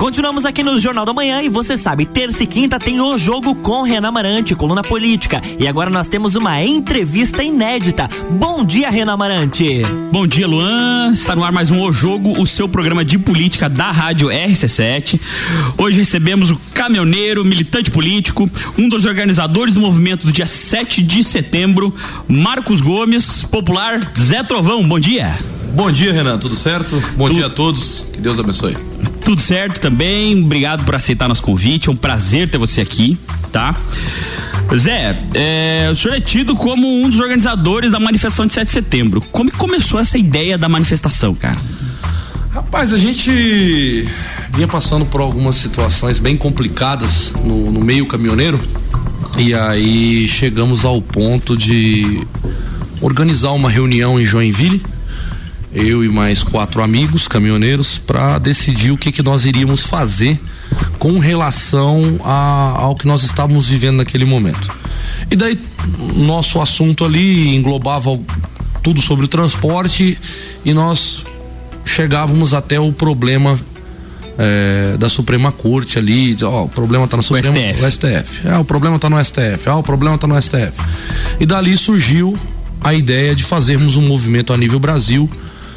Continuamos aqui no Jornal da Manhã e você sabe, terça e quinta tem o Jogo com Renan Amarante, coluna política. E agora nós temos uma entrevista inédita. Bom dia, Renan Amarante. Bom dia, Luan. Está no ar mais um O Jogo, o seu programa de política da Rádio RC7. Hoje recebemos o caminhoneiro, militante político, um dos organizadores do movimento do dia 7 de setembro, Marcos Gomes, popular Zé Trovão. Bom dia. Bom dia, Renan, tudo certo? Bom dia a todos, que Deus abençoe. Tudo certo também, obrigado por aceitar nosso convite, é um prazer ter você aqui, tá? Zé, o senhor é tido como um dos organizadores da manifestação de 7 de setembro. Como que começou essa ideia da manifestação, cara? Rapaz, a gente vinha passando por algumas situações bem complicadas no meio caminhoneiro, e aí chegamos ao ponto de organizar uma reunião em Joinville, eu e mais 4 amigos caminhoneiros, para decidir o que nós iríamos fazer com relação ao que nós estávamos vivendo naquele momento. E daí nosso assunto ali englobava tudo sobre o transporte, e nós chegávamos até o problema da Suprema Corte ali. O problema está no Supremo, o STF. O problema está no STF. O problema está no STF. E dali surgiu a ideia de fazermos um movimento a nível Brasil,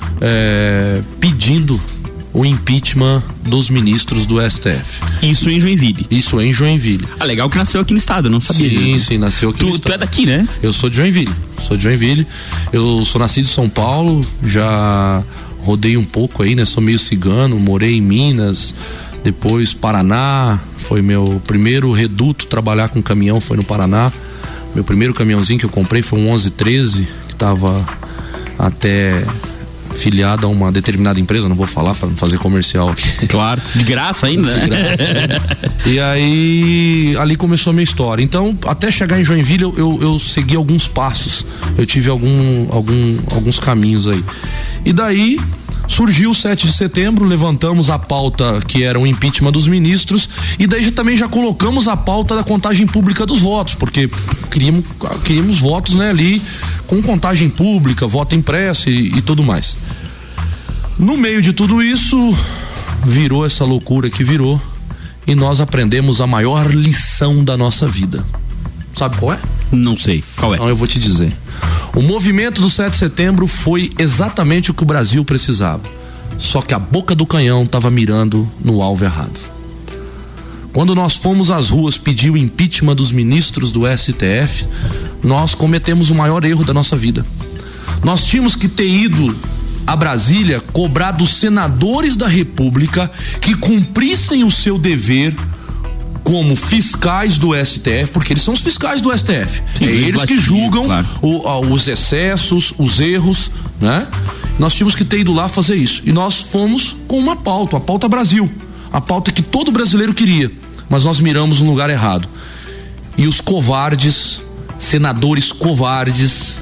pedindo o impeachment dos ministros do STF. Isso em Joinville? Isso em Joinville. Ah, legal que nasceu aqui no estado, não sabia. Sim, nasceu aqui no estado. Tu é daqui, né? Eu sou de Joinville. Eu sou nascido em São Paulo, já rodei um pouco aí, né? Sou meio cigano, morei em Minas, depois Paraná, foi meu primeiro reduto trabalhar com caminhão, foi no Paraná. Meu primeiro caminhãozinho que eu comprei foi um 1113, que tava até filiado a uma determinada empresa, não vou falar para não fazer comercial aqui. Claro, de graça ainda, de graça, né? E aí, ali começou a minha história. Então, até chegar em Joinville, eu segui alguns passos, eu tive alguns caminhos aí. E daí surgiu o 7 de setembro, levantamos a pauta que era o impeachment dos ministros, e daí também já colocamos a pauta da contagem pública dos votos, porque queríamos votos, né, ali com contagem pública, voto impresso e tudo mais. No meio de tudo isso, virou essa loucura que virou, e nós aprendemos a maior lição da nossa vida. Sabe qual é? Não sei. Qual é? Então eu vou te dizer. O movimento do 7 de setembro foi exatamente o que o Brasil precisava. Só que a boca do canhão estava mirando no alvo errado. Quando nós fomos às ruas pedir o impeachment dos ministros do STF, nós cometemos o maior erro da nossa vida. Nós tínhamos que ter ido a Brasília cobrar dos senadores da República que cumprissem o seu dever como fiscais do STF, porque eles são os fiscais do STF. Sim, eles que julgam, claro, os excessos, os erros, né? Nós tínhamos que ter ido lá fazer isso. E nós fomos com uma pauta, a pauta Brasil. A pauta que todo brasileiro queria. Mas nós miramos no lugar errado. E os covardes, senadores covardes,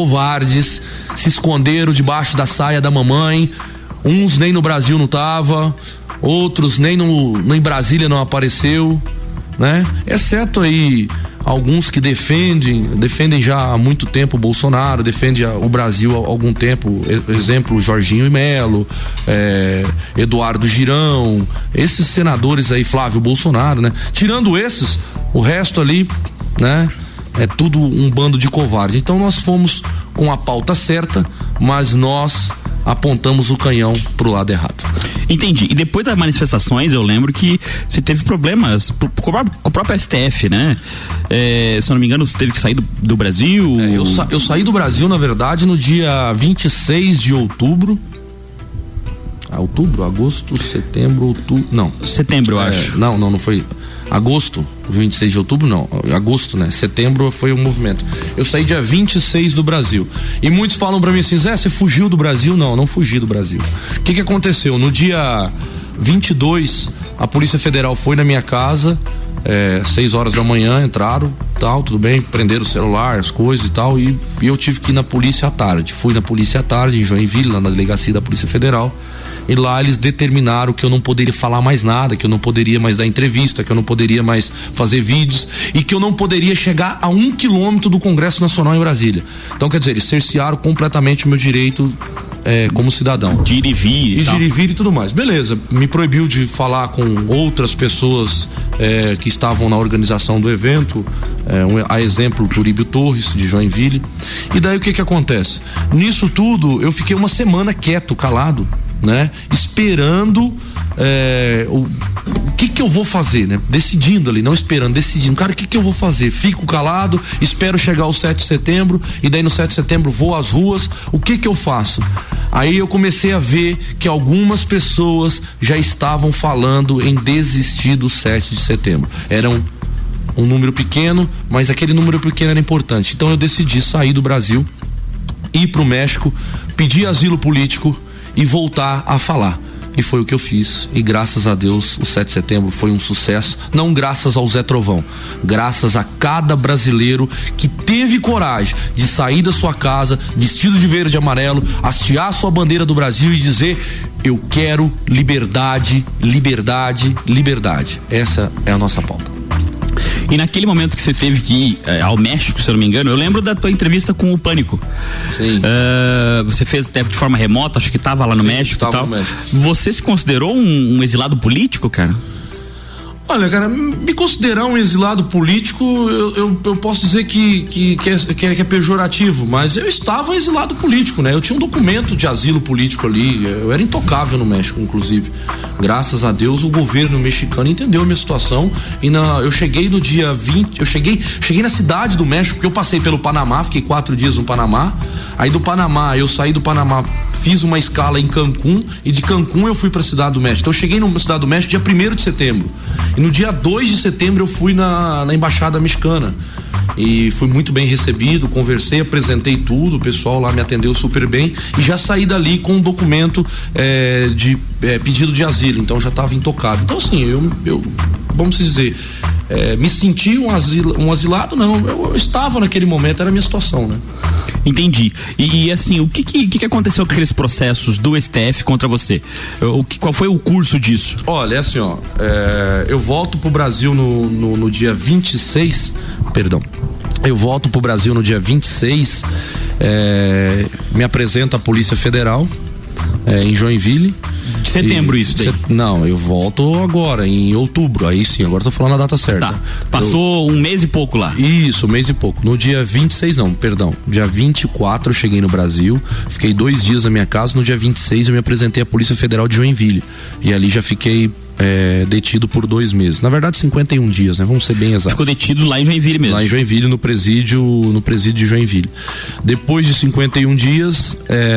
se esconderam debaixo da saia da mamãe. Uns nem no Brasil não tava, outros nem em Brasília não apareceu, né? Exceto aí alguns que defendem já há muito tempo o Bolsonaro, defendem o Brasil há algum tempo, exemplo Jorginho Melo, Eduardo Girão, esses senadores aí, Flávio Bolsonaro, né? Tirando esses, o resto ali, né? É tudo um bando de covardes. Então nós fomos com a pauta certa, mas nós apontamos o canhão pro lado errado. Entendi. E depois das manifestações, eu lembro que você teve problemas com o próprio STF, né? Se eu não me engano, você teve que sair do Brasil. Eu saí do Brasil, na verdade, no dia 26 de outubro. Agosto, setembro, outubro. Não. Setembro, eu acho. Não foi. Agosto, 26 de outubro não, agosto, né? Setembro foi o movimento. Eu saí dia 26 do Brasil. E muitos falam pra mim assim: Zé, você fugiu do Brasil? Não fugi do Brasil. O que aconteceu? No dia 22, a Polícia Federal foi na minha casa, 6 horas da manhã, entraram, tal, tudo bem, prenderam o celular, as coisas e tal, e eu tive que ir na polícia à tarde. Fui na polícia à tarde, em Joinville, lá na delegacia da Polícia Federal. e lá eles determinaram que eu não poderia falar mais nada, que eu não poderia mais dar entrevista, que eu não poderia mais fazer vídeos e que eu não poderia chegar a 1 quilômetro do Congresso Nacional em Brasília. Então, quer dizer, eles cercearam completamente o meu direito como cidadão. De ir e vir de ir e vir e tudo mais. Beleza, me proibiu de falar com outras pessoas que estavam na organização do evento, a exemplo, o Turíbio Torres, de Joinville. E daí o que acontece? Nisso tudo, eu fiquei uma semana quieto, calado, né? Esperando o que eu vou fazer, né? Decidindo ali, não esperando, decidindo. Cara, o que eu vou fazer? Fico calado, espero chegar ao 7 de setembro e daí no 7 de setembro vou às ruas. O que eu faço? Aí eu comecei a ver que algumas pessoas já estavam falando em desistir do 7 de setembro. Era um número pequeno, mas aquele número pequeno era importante. Então eu decidi sair do Brasil, ir pro México, pedir asilo político e voltar a falar. E foi o que eu fiz, e graças a Deus o 7 de setembro foi um sucesso, não graças ao Zé Trovão, graças a cada brasileiro que teve coragem de sair da sua casa vestido de verde e amarelo, hastear sua bandeira do Brasil e dizer: eu quero liberdade, liberdade, liberdade. Essa é a nossa pauta. E naquele momento que você teve que ir ao México, se eu não me engano, eu lembro da tua entrevista com o Pânico. Sim. Você fez até de forma remota, acho que estava lá no México e tal. No México. Você se considerou um exilado político, cara? Olha, cara, me considerar um exilado político, eu posso dizer que é pejorativo, mas eu estava exilado político, né? Eu tinha um documento de asilo político ali, eu era intocável no México, inclusive. Graças a Deus, o governo mexicano entendeu a minha situação e eu cheguei no dia 20, eu cheguei na cidade do México, porque eu passei pelo Panamá, fiquei 4 dias no Panamá, aí do Panamá, eu saí do Panamá, fiz uma escala em Cancún e de Cancún eu fui pra Cidade do México. Então eu cheguei na Cidade do México dia 1º de setembro. E no dia 2 de setembro eu fui na Embaixada Mexicana. E fui muito bem recebido, conversei, apresentei tudo, o pessoal lá me atendeu super bem e já saí dali com um documento de pedido de asilo, então já estava intocado. Então assim, eu vamos dizer, me senti um asilado, não, eu estava naquele momento, era a minha situação, né? Entendi. E assim, o que aconteceu com aqueles processos do STF contra você? Qual foi o curso disso? Olha, é assim, eu volto pro Brasil no dia 26, perdão. Eu volto pro Brasil no dia 26, me apresento à Polícia Federal em Joinville. De setembro isso daí? Não, eu volto agora, em outubro, aí sim, agora tô falando a data certa. Tá, passou um mês e pouco lá. Isso, um mês e pouco. No dia 26 não, perdão, dia 24 eu cheguei no Brasil, fiquei 2 dias na minha casa, no dia 26 eu me apresentei à Polícia Federal de Joinville, e ali já fiquei detido por 2 meses. Na verdade, 51 dias, né? Vamos ser bem exatos. Ficou detido lá em Joinville mesmo? Lá em Joinville, no presídio de Joinville. Depois de 51 dias,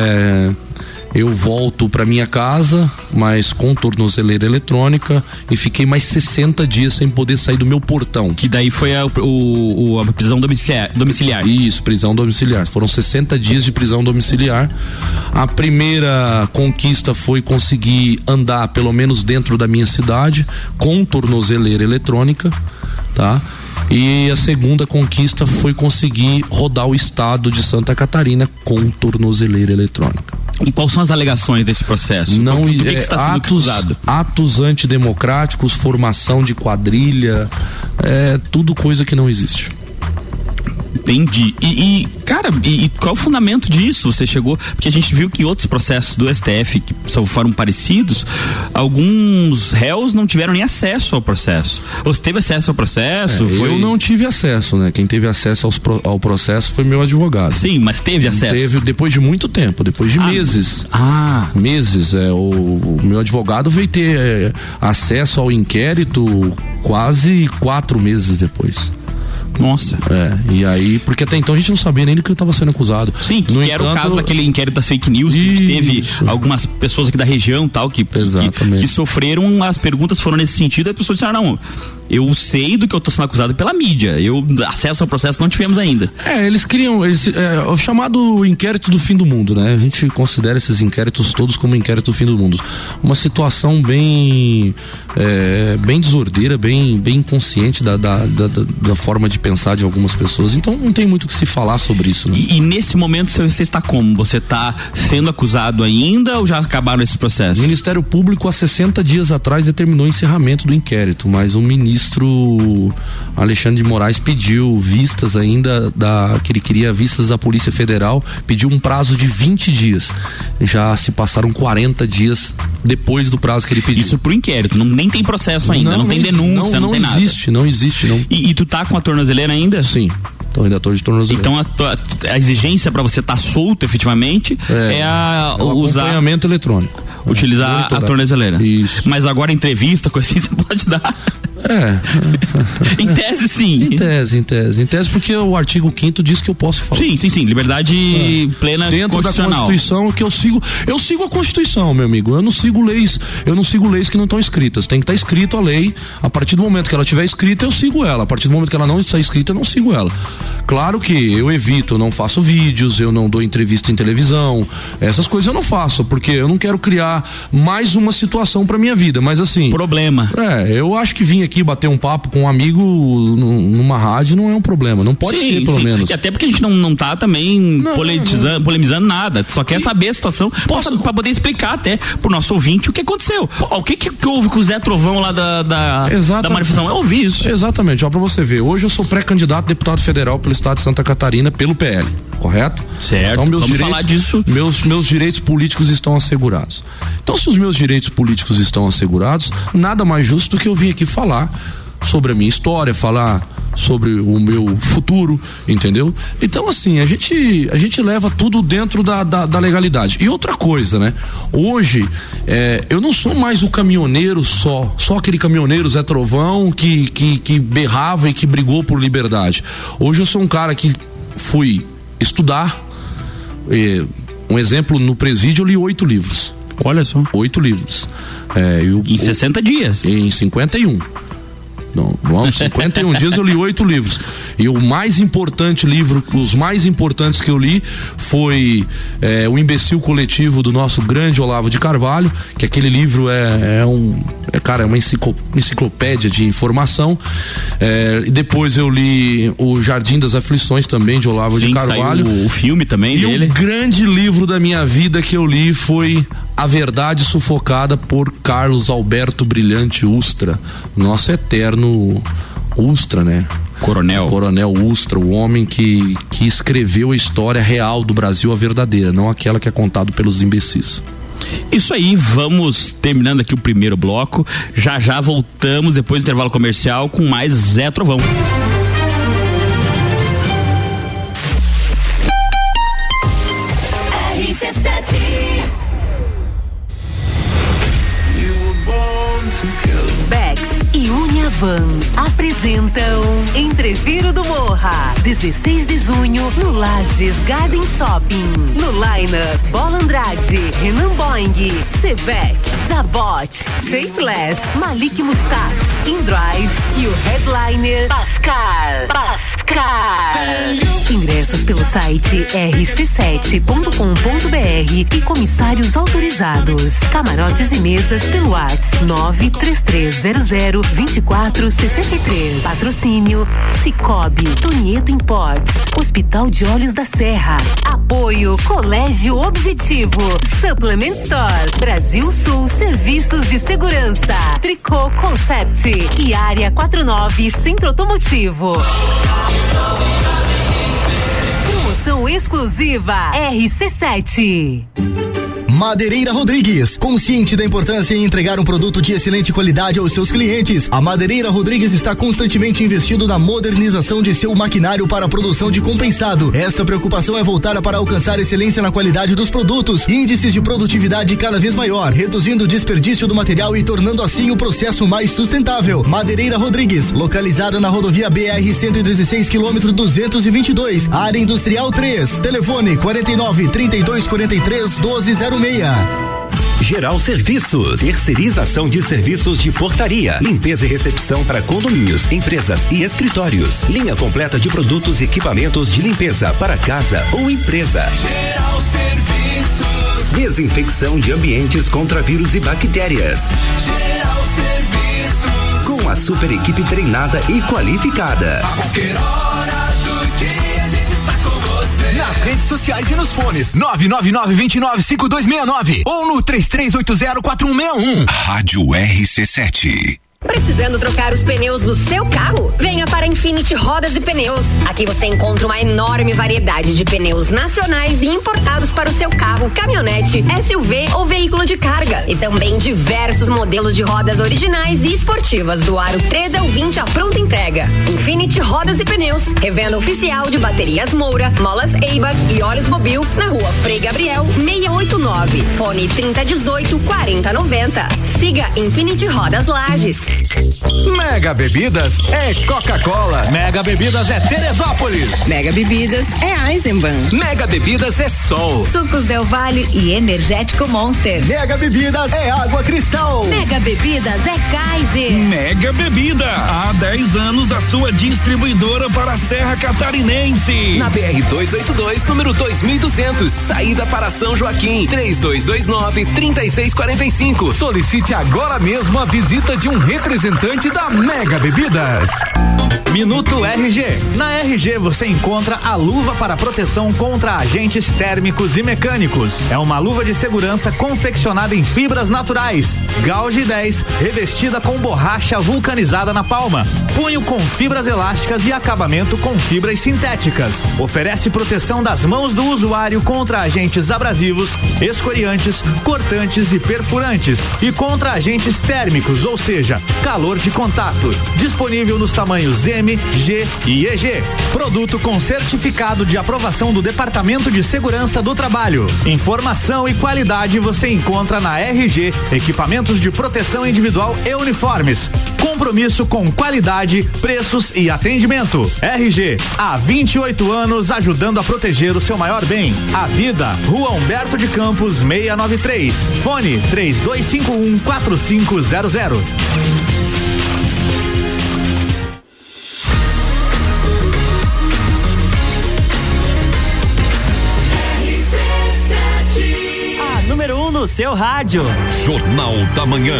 eu volto para minha casa, mas com tornozeleira eletrônica, e fiquei mais 60 dias sem poder sair do meu portão. Que daí foi a prisão domiciliar. Isso, prisão domiciliar. Foram 60 dias de prisão domiciliar. A primeira conquista foi conseguir andar pelo menos dentro da minha cidade com tornozeleira eletrônica, tá? E a segunda conquista foi conseguir rodar o estado de Santa Catarina com tornozeleira eletrônica. E quais são as alegações desse processo? Não, que está sendo acusado? Atos antidemocráticos, formação de quadrilha, tudo coisa que não existe. Entendi. E cara, qual é o fundamento disso? Você chegou, porque a gente viu que outros processos do STF que foram parecidos, alguns réus não tiveram nem acesso ao processo. Ou você teve acesso ao processo? Eu não tive acesso, né? Quem teve acesso ao processo foi meu advogado. Sim, mas teve acesso? Teve depois de muito tempo, depois de meses. Meses. O meu advogado veio ter acesso ao inquérito quase 4 meses depois. Nossa. E aí, porque até então a gente não sabia nem do que eu estava sendo acusado. Sim, que era o caso daquele inquérito das fake news, que a gente teve algumas pessoas aqui da região tal, que sofreram, as perguntas foram nesse sentido, e as pessoas disseram, não, Eu sei do que eu tô sendo acusado pela mídia. Acesso ao processo não tivemos ainda. Eles criam o chamado inquérito do fim do mundo, né? A gente considera esses inquéritos todos como inquérito do fim do mundo. Uma situação bem desordeira, bem inconsciente da forma de pensar de algumas pessoas. Então não tem muito o que se falar sobre isso, né? E nesse momento você está como? Você está sendo acusado ainda ou já acabaram esse processo? O Ministério Público há 60 dias atrás determinou o encerramento do inquérito, mas o ministro Alexandre de Moraes pediu vistas ainda que ele queria vistas da Polícia Federal, pediu um prazo de 20 dias. Já se passaram 40 dias depois do prazo que ele pediu. Isso pro inquérito, nem tem processo ainda, não tem denúncia, não tem nada. Não existe. E tu tá com a tornozeleira ainda? Sim. Então ainda tô de tornozeleira. Então a exigência para você estar solto efetivamente é usar acompanhamento eletrônico. Utilizar a tornozeleira. Isso. Mas agora entrevista, coisa assim, você pode dar. Em tese, sim. Em tese, porque o artigo 5º diz que eu posso falar. Sim. Liberdade plena dentro constitucional. Da Constituição que eu sigo a Constituição, meu amigo. Eu não sigo leis que não estão escritas. Tem que estar escrito a lei. A partir do momento que ela estiver escrita, eu sigo ela. A partir do momento que ela não está escrita, eu não sigo ela. Claro que eu evito, eu não faço vídeos, eu não dou entrevista em televisão. Essas coisas eu não faço, porque eu não quero criar mais uma situação pra minha vida. Mas assim. Problema. Eu acho que vim aqui bater um papo com um amigo numa rádio não é um problema, não pode ser pelo menos. E até porque a gente não tá também polemizando nada, só quer saber a situação pra poder explicar até pro nosso ouvinte o que aconteceu. O que houve com o Zé Trovão lá da manifestação? Eu ouvi isso. Exatamente, pra você ver, hoje eu sou pré-candidato a deputado federal pelo estado de Santa Catarina pelo PL, correto? Certo, então, vamos falar disso. Meus direitos políticos estão assegurados. Então, se os meus direitos políticos estão assegurados, nada mais justo do que eu vir aqui falar sobre a minha história, falar sobre o meu futuro, entendeu? Então, assim, a gente leva tudo dentro da legalidade. E outra coisa, né? Hoje, eu não sou mais o caminhoneiro só aquele caminhoneiro Zé Trovão que berrava e que brigou por liberdade. Hoje eu sou um cara que fui estudar, um exemplo, no presídio eu li 8 livros. Olha só. 8 livros. Em 60 dias? Em 51. Não, 51 dias eu li 8 livros. E os mais importantes que eu li foi O Imbecil Coletivo, do nosso grande Olavo de Carvalho, que aquele livro é uma enciclopédia de informação. E depois eu li O Jardim das Aflições, também de Olavo de Carvalho. Saiu o filme também dele. E o grande livro da minha vida que eu li foi A Verdade Sufocada, por Carlos Alberto Brilhante Ustra, nosso eterno Ustra, né? Coronel Ustra, o homem que escreveu a história real do Brasil, a verdadeira, não aquela que é contada pelos imbecis. Isso aí, vamos terminando aqui o primeiro bloco. Já voltamos depois do intervalo comercial com mais Zé Trovão. Van apresentam Entreviro do Morra, 16 de junho no Lages Garden Shopping. No Line-up, Bola Andrade, Renan Boing, Sevec, Zabot, Shapeless, Malik Mustache, InDrive e o headliner Pascal. Ingressos pelo site rc7.com.br e comissários autorizados. Camarotes e mesas pelo WhatsApp 933002463. Patrocínio Cicobi, Tonieto Imports, Hospital de Olhos da Serra. Apoio Colégio Objetivo, Supplement Store, Brasil Sul Serviços de Segurança, Tricô Concept e Área 49 Centro Automotivo. Promoção exclusiva RC7. Madeireira Rodrigues, consciente da importância em entregar um produto de excelente qualidade aos seus clientes, a Madeireira Rodrigues está constantemente investindo na modernização de seu maquinário para a produção de compensado. Esta preocupação é voltada para alcançar excelência na qualidade dos produtos, índices de produtividade cada vez maior, reduzindo o desperdício do material e tornando assim o processo mais sustentável. Madeireira Rodrigues, localizada na rodovia BR-116, quilômetro 222, área industrial 3, telefone 49 32 43 1206. Geral Serviços, terceirização de serviços de portaria, limpeza e recepção para condomínios, empresas e escritórios. Linha completa de produtos e equipamentos de limpeza para casa ou empresa. Geral Serviços. Desinfecção de ambientes contra vírus e bactérias. Geral Serviços. Com a super equipe treinada e qualificada. A qualquer hora do dia a gente está com você. Nas redes sociais e nos fones 999-295269 ou no 33804161. Rádio RC7. Precisando trocar os pneus do seu carro? Venha para Infinity Rodas e Pneus. Aqui você encontra uma enorme variedade de pneus nacionais e importados para o seu carro, caminhonete, SUV ou veículo de carga. E também diversos modelos de rodas originais e esportivas do aro 13 ao 20 à pronta entrega. Infinity Rodas e Pneus, revenda oficial de baterias Moura, molas Eibach e óleos Mobil, na rua Frei Gabriel 689. Fone 3018-4090. Siga Infinity Rodas Lages. Mega Bebidas é Coca-Cola. Mega Bebidas é Teresópolis. Mega Bebidas é Eisenbahn. Mega Bebidas é Sol. Sucos Del Valle e Energético Monster. Mega Bebidas é Água Cristal. Mega Bebidas é Kaiser. Mega Bebida, há 10 anos a sua distribuidora para a Serra Catarinense. Na BR-282, número 2200, saída para São Joaquim, 3229-3645. Solicite agora mesmo a visita de um representante da Mega Bebidas. Minuto RG. Na RG você encontra a luva para proteção contra agentes térmicos e mecânicos. É uma luva de segurança confeccionada em fibras naturais. Gauge 10, revestida com borracha vulcanizada na palma. Punho com fibras elásticas e acabamento com fibras sintéticas. Oferece proteção das mãos do usuário contra agentes abrasivos, escoriantes, cortantes e perfurantes e contra agentes térmicos, ou seja, calor de contato. Disponível nos tamanhos M, G e EG. Produto com certificado de aprovação do Departamento de Segurança do Trabalho. Informação e qualidade você encontra na RG, equipamentos de proteção individual e uniformes. Compromisso com qualidade, preços e atendimento. RG, há 28 anos ajudando a proteger o seu maior bem, a vida. Rua Humberto de Campos 693. Fone 3251-4500. Número 1 no seu rádio. Jornal da Manhã.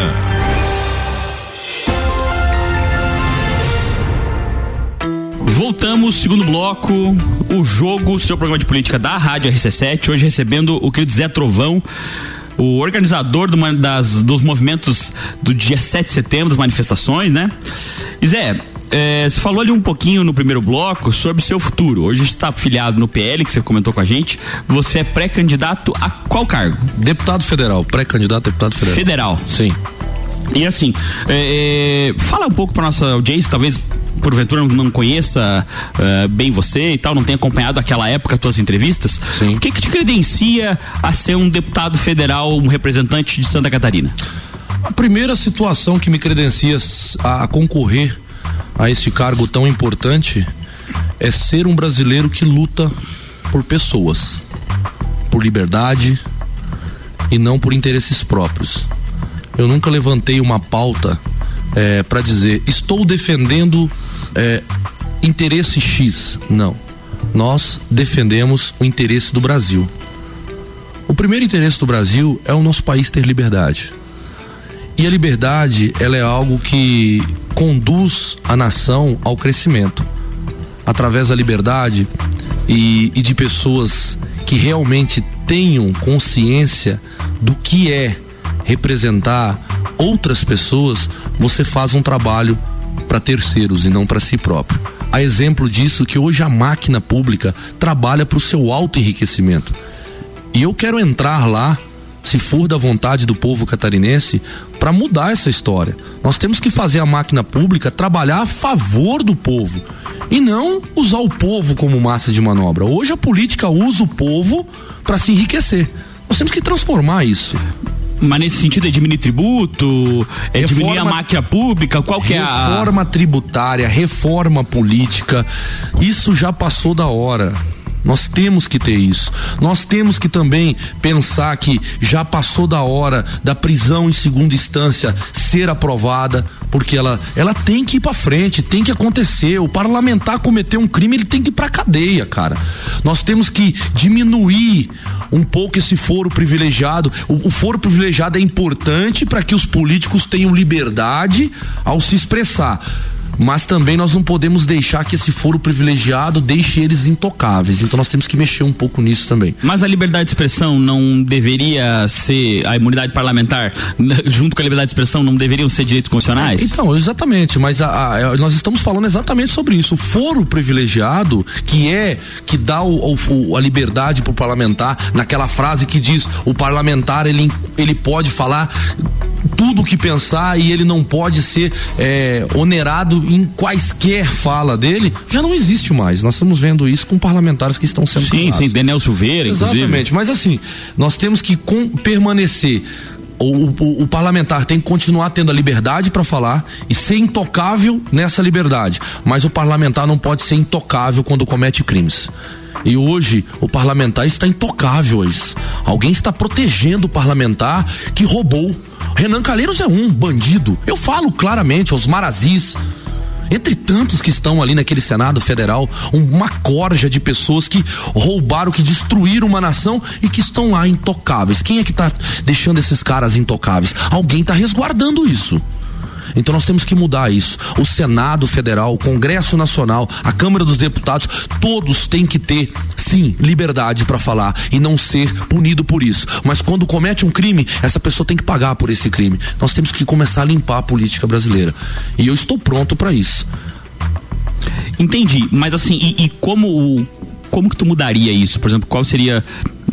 Voltamos, segundo bloco, o jogo, seu programa de política da Rádio RC7, hoje recebendo o querido Zé Trovão, o organizador dos movimentos do dia 7 de setembro, das manifestações, né? E Zé, você falou ali um pouquinho no primeiro bloco sobre o seu futuro. Hoje está afiliado no PL, que você comentou com a gente. Você é pré-candidato a qual cargo? Deputado federal, pré-candidato a deputado federal. Federal? Sim. E assim, fala um pouco para nossa audiência, talvez porventura não conheça bem você e tal, não tenha acompanhado aquela época as tuas entrevistas. Sim. O que te credencia a ser um deputado federal, um representante de Santa Catarina? A primeira situação que me credencia a concorrer a esse cargo tão importante é ser um brasileiro que luta por pessoas, por liberdade e não por interesses próprios. Eu nunca levantei uma pauta para dizer estou defendendo interesse X. Não, nós defendemos o interesse do Brasil. O primeiro interesse do Brasil é o nosso país ter liberdade. E a liberdade, ela é algo que conduz a nação ao crescimento. Através da liberdade e de pessoas que realmente tenham consciência do que é representar outras pessoas, você faz um trabalho para terceiros e não para si próprio. Há exemplo disso que hoje a máquina pública trabalha para o seu auto-enriquecimento. E eu quero entrar lá, se for da vontade do povo catarinense, para mudar essa história. Nós temos que fazer a máquina pública trabalhar a favor do povo e não usar o povo como massa de manobra. Hoje a política usa o povo para se enriquecer. Nós temos que transformar isso. Mas nesse sentido é diminuir tributo, diminuir a máquina pública, qual que é a... Reforma tributária, reforma política, isso já passou da hora. Nós temos que ter isso. Nós temos que também pensar que já passou da hora da prisão em segunda instância ser aprovada, porque ela tem que ir pra frente, tem que acontecer. O parlamentar cometeu um crime, ele tem que ir pra cadeia, cara. Nós temos que diminuir um pouco esse foro privilegiado. O foro privilegiado é importante para que os políticos tenham liberdade ao se expressar. Mas também nós não podemos deixar que esse foro privilegiado deixe eles intocáveis. Então nós temos que mexer um pouco nisso também. Mas a liberdade de expressão não deveria ser, a imunidade parlamentar junto com a liberdade de expressão não deveriam ser direitos constitucionais? Então, exatamente, mas nós estamos falando exatamente sobre isso. O foro privilegiado, que dá a liberdade pro parlamentar, naquela frase que diz, o parlamentar ele pode falar tudo o que pensar e ele não pode ser onerado em quaisquer fala dele, já não existe mais. Nós estamos vendo isso com parlamentares que estão sendo calados. Sim, Daniel Silveira, inclusive. Exatamente, mas assim, nós temos que permanecer. O parlamentar tem que continuar tendo a liberdade para falar e ser intocável nessa liberdade, mas o parlamentar não pode ser intocável quando comete crimes. E hoje o parlamentar está intocável a isso. Alguém está protegendo o parlamentar que roubou. Renan Calheiros é um bandido. Eu falo claramente aos Marazis, entre tantos que estão ali naquele Senado Federal, uma corja de pessoas que roubaram, que destruíram uma nação e que estão lá intocáveis. Quem é que está deixando esses caras intocáveis? Alguém está resguardando isso. Então nós temos que mudar isso. O Senado Federal, o Congresso Nacional, a Câmara dos Deputados, todos têm que ter, sim, liberdade para falar e não ser punido por isso. Mas quando comete um crime, essa pessoa tem que pagar por esse crime. Nós temos que começar a limpar a política brasileira. E eu estou pronto para isso. Entendi, mas assim, e como que tu mudaria isso? Por exemplo, qual seria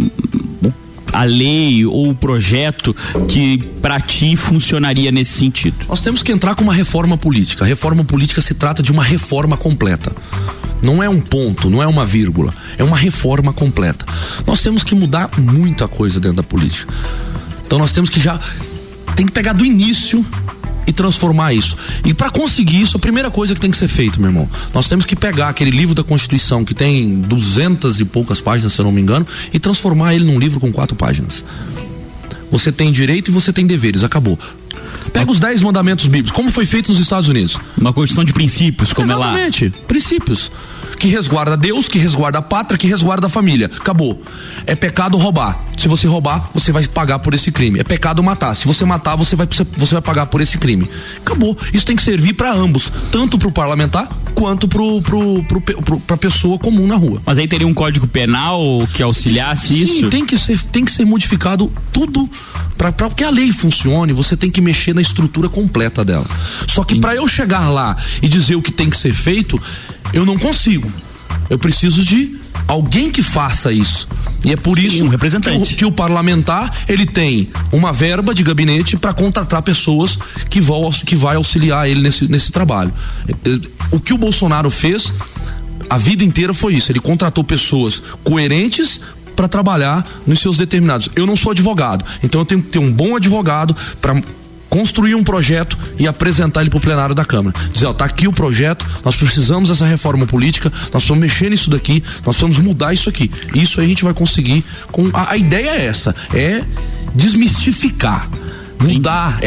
a lei ou o projeto que para ti funcionaria nesse sentido? Nós temos que entrar com uma reforma política. A reforma política se trata de uma reforma completa. Não é um ponto, não é uma vírgula, é uma reforma completa. Nós temos que mudar muita coisa dentro da política. Então nós temos que tem que pegar do início e transformar isso. E para conseguir isso, a primeira coisa que tem que ser feito, meu irmão, nós temos que pegar aquele livro da Constituição que tem 200 e poucas páginas, se eu não me engano, e transformar ele num livro com 4 páginas. Você tem direito e você tem deveres, acabou. Pega os 10 mandamentos bíblicos, como foi feito nos Estados Unidos. Uma Constituição de princípios, como exatamente, é lá. Princípios. Que resguarda Deus, que resguarda a pátria, que resguarda a família. Acabou. É pecado roubar. Se você roubar, você vai pagar por esse crime. É pecado matar. Se você matar, você vai pagar por esse crime. Acabou. Isso tem que servir para ambos, tanto pro parlamentar quanto pra pessoa comum na rua. Mas aí teria um código penal que auxiliasse isso? Sim, tem que ser modificado tudo para que a lei funcione. Você tem que mexer na estrutura completa dela. Só que para eu chegar lá e dizer o que tem que ser feito, eu não consigo. Eu preciso de alguém que faça isso. E é por isso um representante. Que o parlamentar, ele tem uma verba de gabinete para contratar pessoas que vai auxiliar ele nesse trabalho. O que o Bolsonaro fez a vida inteira foi isso. Ele contratou pessoas coerentes para trabalhar nos seus determinados. Eu não sou advogado, então eu tenho que ter um bom advogado para construir um projeto e apresentar ele pro plenário da Câmara. Dizer, tá aqui o projeto, nós precisamos dessa reforma política, nós precisamos mexer nisso daqui, nós precisamos mudar isso aqui. Isso aí a gente vai conseguir a ideia é essa, é desmistificar, mudar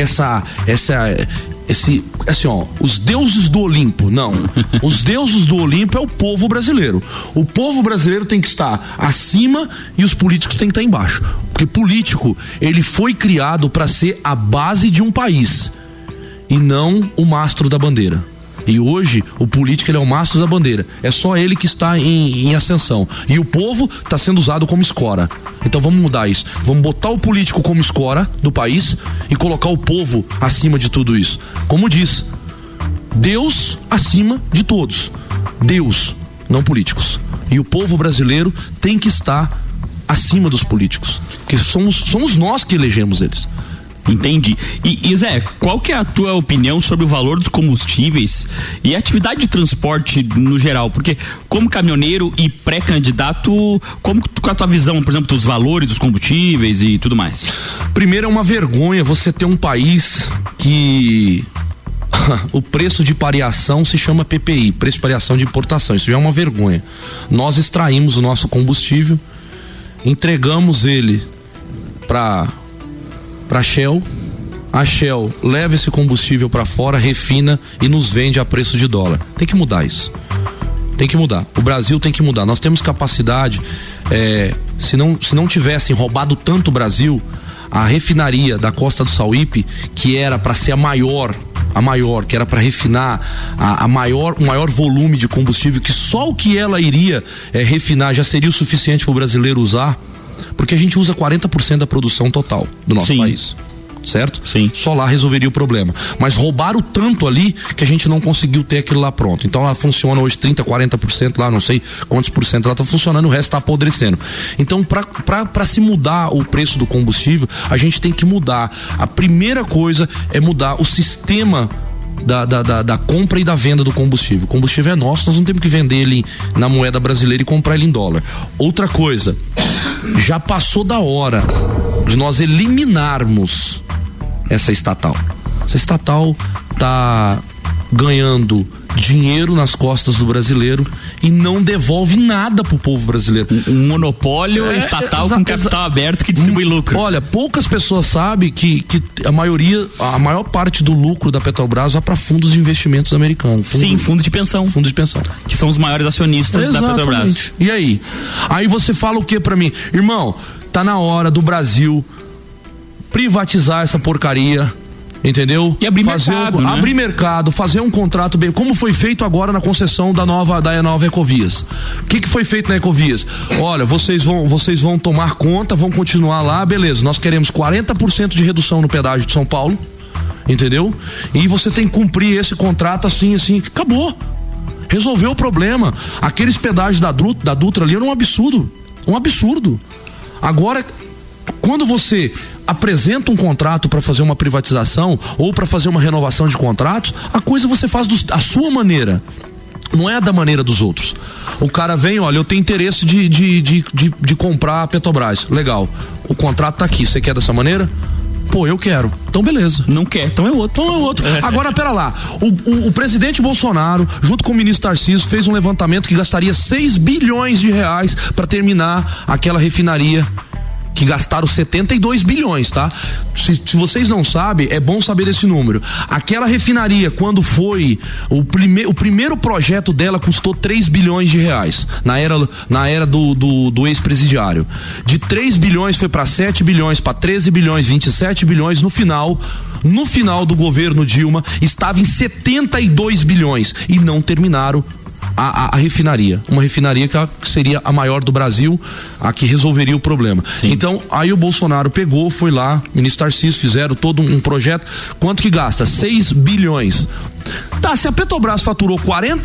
os deuses do Olimpo, não. Os deuses do Olimpo é o povo brasileiro. O povo brasileiro tem que estar acima e os políticos têm que estar embaixo. Porque político, ele foi criado para ser a base de um país e não o mastro da bandeira. E hoje o político, ele é o mastro da bandeira. É só ele que está em ascensão. E o povo está sendo usado como escora. Então vamos mudar isso. Vamos botar o político como escora do país e colocar o povo acima de tudo isso. Como diz, Deus acima de todos. Deus, não políticos. E o povo brasileiro tem que estar acima dos políticos. Porque somos nós que elegemos eles. Entendi. E Zé, qual que é a tua opinião sobre o valor dos combustíveis e a atividade de transporte no geral? Porque como caminhoneiro e pré-candidato, com a tua visão, por exemplo, dos valores dos combustíveis e tudo mais? Primeiro, é uma vergonha você ter um país que o preço de pareação se chama PPI, preço de pareação de importação. Isso já é uma vergonha. Nós extraímos o nosso combustível, entregamos ele para Shell. A Shell leva esse combustível para fora, refina e nos vende a preço de dólar. Tem que mudar isso. Tem que mudar. O Brasil tem que mudar. Nós temos capacidade. Se não tivessem roubado tanto o Brasil, a refinaria da Costa do Sauípe, que era para ser a maior, que era para refinar o maior volume de combustível, que só o que ela iria refinar já seria o suficiente para o brasileiro usar, porque a gente usa 40% da produção total do nosso país. Certo? Sim. Só lá resolveria o problema. Mas roubaram tanto ali que a gente não conseguiu ter aquilo lá pronto. Então ela funciona hoje 30%, 40% lá, não sei quantos por cento ela está funcionando, o resto está apodrecendo. Então, para se mudar o preço do combustível, a gente tem que mudar. A primeira coisa é mudar o sistema da compra e da venda do combustível. O combustível é nosso, nós não temos que vender ele na moeda brasileira e comprar ele em dólar. Outra coisa, já passou da hora de nós eliminarmos essa estatal. Essa estatal tá ganhando dinheiro nas costas do brasileiro e não devolve nada pro povo brasileiro. Um monopólio estatal com capital aberto que distribui lucro. Olha, poucas pessoas sabem que a maior parte do lucro da Petrobras vai para fundos de investimentos americanos. Fundo de pensão. Fundo de pensão. Que são os maiores acionistas da Petrobras. E aí? Aí você fala o que pra mim? Irmão, tá na hora do Brasil privatizar essa porcaria, entendeu? E abrir mercado, abrir mercado, fazer um contrato bem, como foi feito agora na concessão da nova Ecovias. O que foi feito na Ecovias? Olha, vocês vão tomar conta, vão continuar lá, beleza, nós queremos 40% de redução no pedágio de São Paulo, entendeu? E você tem que cumprir esse contrato assim, acabou. Resolveu o problema. Aqueles pedágios da Dutra ali eram um absurdo. Agora, quando você apresenta um contrato para fazer uma privatização ou para fazer uma renovação de contratos, a coisa você faz da sua maneira, não é da maneira dos outros. O cara vem, olha, eu tenho interesse de comprar a Petrobras, legal, o contrato tá aqui, você quer dessa maneira? Pô, eu quero. Então beleza. Não quer, então é outro. Agora, pera lá, o presidente Bolsonaro, junto com o ministro Tarcísio, fez um levantamento que gastaria 6 bilhões de reais para terminar aquela refinaria, que gastaram 72 bilhões, tá? Se vocês não sabem, é bom saber desse número. Aquela refinaria, quando foi o primeiro projeto dela, custou 3 bilhões de reais na era do ex-presidiário. De 3 bilhões foi para 7 bilhões, para 13 bilhões, 27 bilhões. No final do governo Dilma, estava em 72 bilhões e não terminaram a refinaria, uma refinaria que seria a maior do Brasil, a que resolveria o problema. Sim. Então, aí o Bolsonaro pegou, foi lá, o ministro Tarcísio, fizeram todo um projeto. Quanto que gasta? 6 bilhões. Tá, se a Petrobras faturou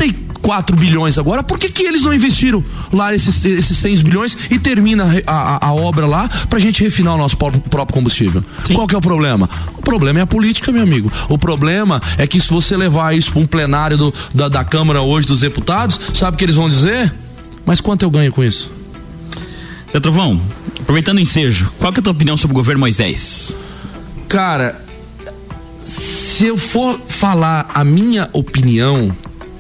44 bilhões agora, por que eles não investiram lá esses 6 bilhões e termina a obra lá pra gente refinar o nosso próprio combustível? Sim. Qual que é o problema? O problema é a política, meu amigo. O problema é que se você levar isso pra um plenário da Câmara hoje dos deputados, sabe o que eles vão dizer? Mas quanto eu ganho com isso? Zé Trovão, aproveitando o ensejo, qual que é a tua opinião sobre o governo Moisés? Cara, se eu for falar a minha opinião,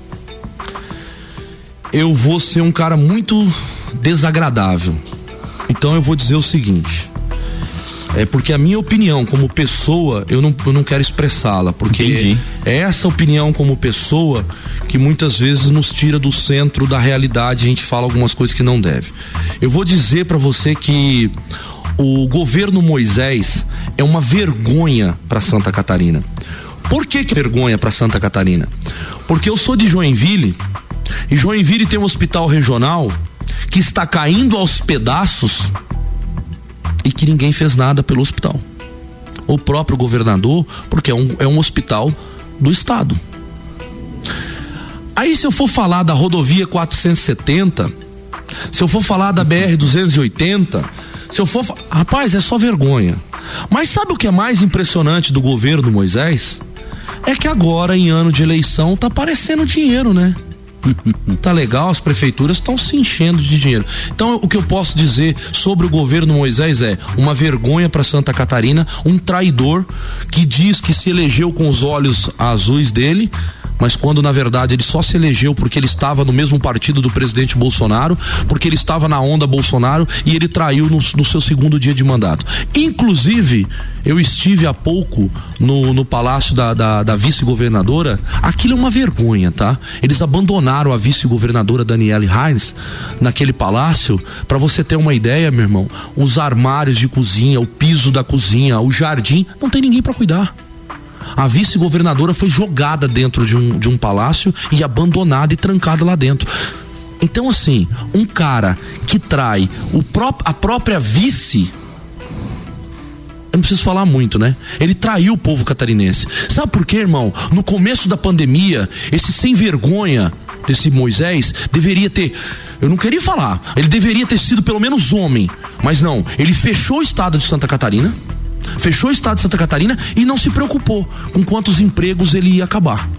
eu vou ser um cara muito desagradável. Então eu vou dizer o seguinte, porque a minha opinião como pessoa, eu não quero expressá-la, porque Entendi. É essa opinião como pessoa que muitas vezes nos tira do centro da realidade, a gente fala algumas coisas que não deve. Eu vou dizer pra você que o governo Moisés é uma vergonha pra Santa Catarina. Por que vergonha pra Santa Catarina? Porque eu sou de Joinville, e Joinville tem um hospital regional que está caindo aos pedaços e que ninguém fez nada pelo hospital. O próprio governador, porque é um hospital do estado. Aí, se eu for falar da rodovia 470, se eu for falar da BR-280, se eu for... Rapaz, é só vergonha. Mas sabe o que é mais impressionante do governo Moisés? É que agora, em ano de eleição, tá aparecendo dinheiro, né? Tá legal, as prefeituras estão se enchendo de dinheiro. Então, o que eu posso dizer sobre o governo Moisés é uma vergonha para Santa Catarina, um traidor que diz que se elegeu com os olhos azuis dele, mas quando na verdade ele só se elegeu porque ele estava no mesmo partido do presidente Bolsonaro, porque ele estava na onda Bolsonaro e ele traiu no seu segundo dia de mandato. Inclusive, eu estive há pouco no palácio da vice-governadora. Aquilo é uma vergonha, tá? Eles abandonaram a vice-governadora Daniele Heinz naquele palácio. Pra você ter uma ideia, meu irmão, os armários de cozinha, o piso da cozinha, o jardim, não tem ninguém pra cuidar. A vice-governadora foi jogada dentro de um palácio e abandonada e trancada lá dentro. Então, assim, um cara que trai a própria vice, eu não preciso falar muito, né? Ele traiu o povo catarinense. Sabe por quê, irmão? No começo da pandemia, esse sem vergonha desse Moisés deveria ter, eu não queria falar, ele deveria ter sido pelo menos homem, mas não, ele fechou o estado de Santa Catarina, e não se preocupou com quantos empregos ele ia acabar.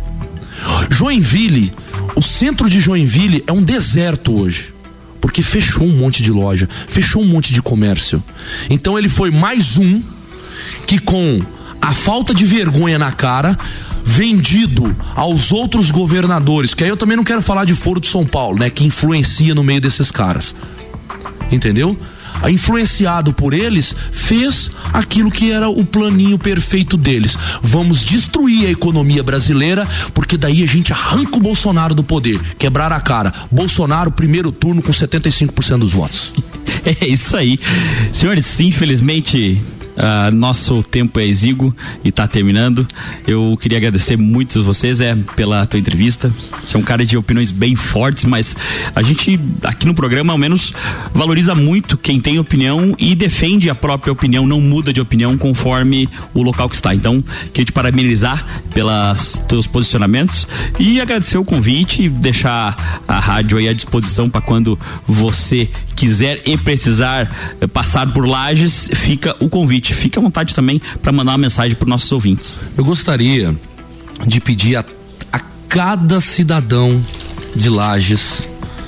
Joinville, o centro de Joinville é um deserto hoje, porque fechou um monte de loja, fechou um monte de comércio. Então ele foi mais um que, com a falta de vergonha na cara, vendido aos outros governadores, que aí eu também não quero falar de Foro de São Paulo, né, que influencia no meio desses caras, entendeu? Influenciado por eles, fez aquilo que era o planinho perfeito deles. Vamos destruir a economia brasileira, porque daí a gente arranca o Bolsonaro do poder. Quebrar a cara. Bolsonaro, primeiro turno com 75% dos votos. É isso aí. Senhores, infelizmente, nosso tempo é exíguo e tá terminando. Eu queria agradecer muito a vocês pela tua entrevista. Você é um cara de opiniões bem fortes, mas a gente aqui no programa ao menos valoriza muito quem tem opinião e defende a própria opinião, não muda de opinião conforme o local que está. Então, queria te parabenizar pelos teus posicionamentos e agradecer o convite e deixar a rádio aí à disposição para quando você quiser e precisar passar por Lages, fica o convite. Fique à vontade também para mandar uma mensagem para os nossos ouvintes. Eu gostaria de pedir a cada cidadão de Lages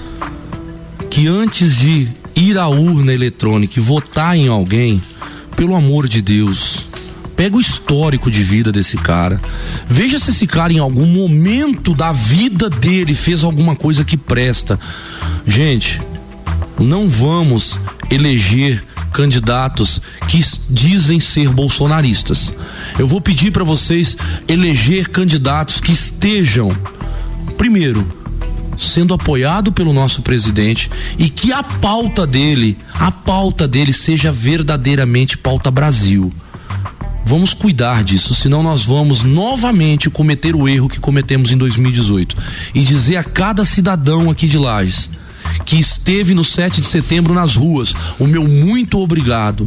que, antes de ir à urna eletrônica e votar em alguém, pelo amor de Deus, pega o histórico de vida desse cara, veja se esse cara em algum momento da vida dele fez alguma coisa que presta. Gente, não vamos eleger candidatos que dizem ser bolsonaristas. Eu vou pedir para vocês eleger candidatos que estejam, primeiro, sendo apoiado pelo nosso presidente e que a pauta dele seja verdadeiramente pauta Brasil. Vamos cuidar disso, senão nós vamos novamente cometer o erro que cometemos em 2018 e dizer a cada cidadão aqui de Lages que esteve no 7 de setembro nas ruas, o meu muito obrigado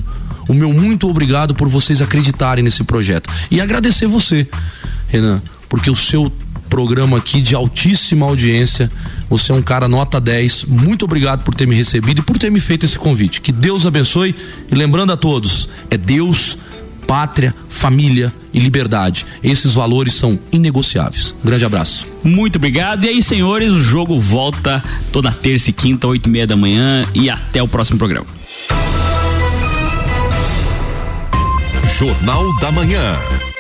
por vocês acreditarem nesse projeto. E agradecer você, Renan, porque o seu programa aqui de altíssima audiência, você é um cara nota 10, muito obrigado por ter me recebido e por ter me feito esse convite. Que Deus abençoe, e lembrando a todos, é Deus, pátria, família e liberdade. Esses valores são inegociáveis. Um grande abraço. Muito obrigado. E aí, senhores, o jogo volta toda terça e quinta, 8:30 da manhã, e até o próximo programa. Jornal da Manhã.